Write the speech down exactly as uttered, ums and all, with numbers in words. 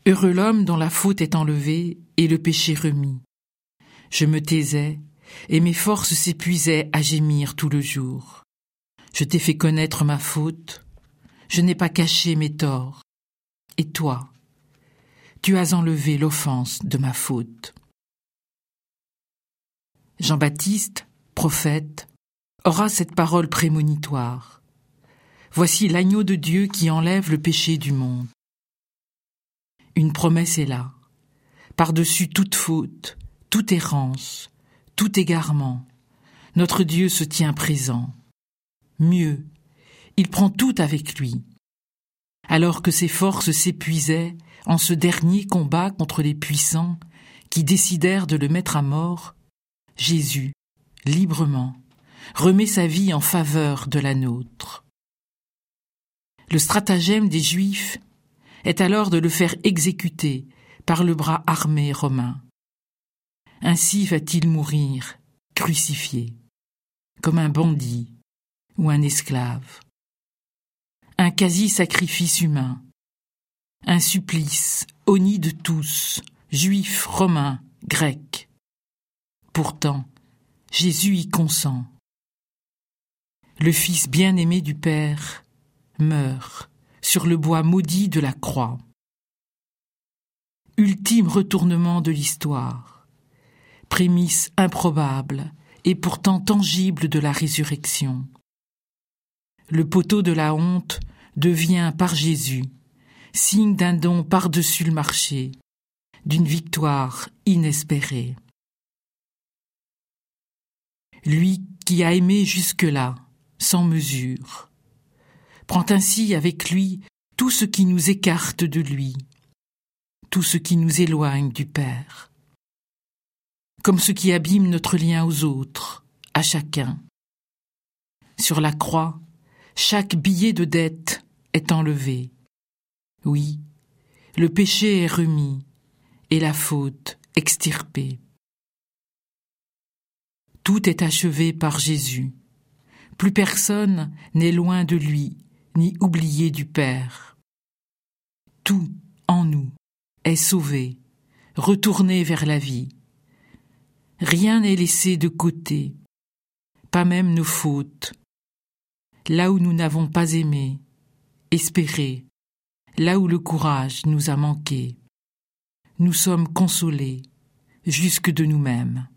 Heureux l'homme dont la faute est enlevée et le péché remis. Je me taisais, et mes forces s'épuisaient à gémir tout le jour. Je t'ai fait connaître ma faute, je n'ai pas caché mes torts. Et toi, tu as enlevé l'offense de ma faute. Jean-Baptiste, prophète, aura cette parole prémonitoire. Voici l'agneau de Dieu qui enlève le péché du monde. Une promesse est là, par-dessus toute faute, toute errance, tout égarement. Notre Dieu se tient présent. Mieux, il prend tout avec lui. Alors que ses forces s'épuisaient en ce dernier combat contre les puissants qui décidèrent de le mettre à mort, Jésus, librement, remet sa vie en faveur de la nôtre. Le stratagème des Juifs est alors de le faire exécuter par le bras armé romain. Ainsi va-t-il mourir, crucifié, comme un bandit ou un esclave. Un quasi-sacrifice humain, un supplice honni de tous, juifs, romains, grecs. Pourtant, Jésus y consent. Le Fils bien-aimé du Père meurt sur le bois maudit de la croix. Ultime retournement de l'histoire, prémisse improbable et pourtant tangible de la résurrection. Le poteau de la honte devient par Jésus signe d'un don par-dessus le marché, d'une victoire inespérée. Lui qui a aimé jusque-là, sans mesure, prend ainsi avec lui tout ce qui nous écarte de lui, tout ce qui nous éloigne du Père, comme ce qui abîme notre lien aux autres, à chacun. Sur la croix, chaque billet de dette est enlevé. Oui, le péché est remis et la faute extirpée. Tout est achevé par Jésus. Plus personne n'est loin de lui, ni oublié du Père. Tout en nous est sauvé, retourné vers la vie. Rien n'est laissé de côté, pas même nos fautes. Là où nous n'avons pas aimé, espéré, là où le courage nous a manqué, nous sommes consolés jusque de nous-mêmes.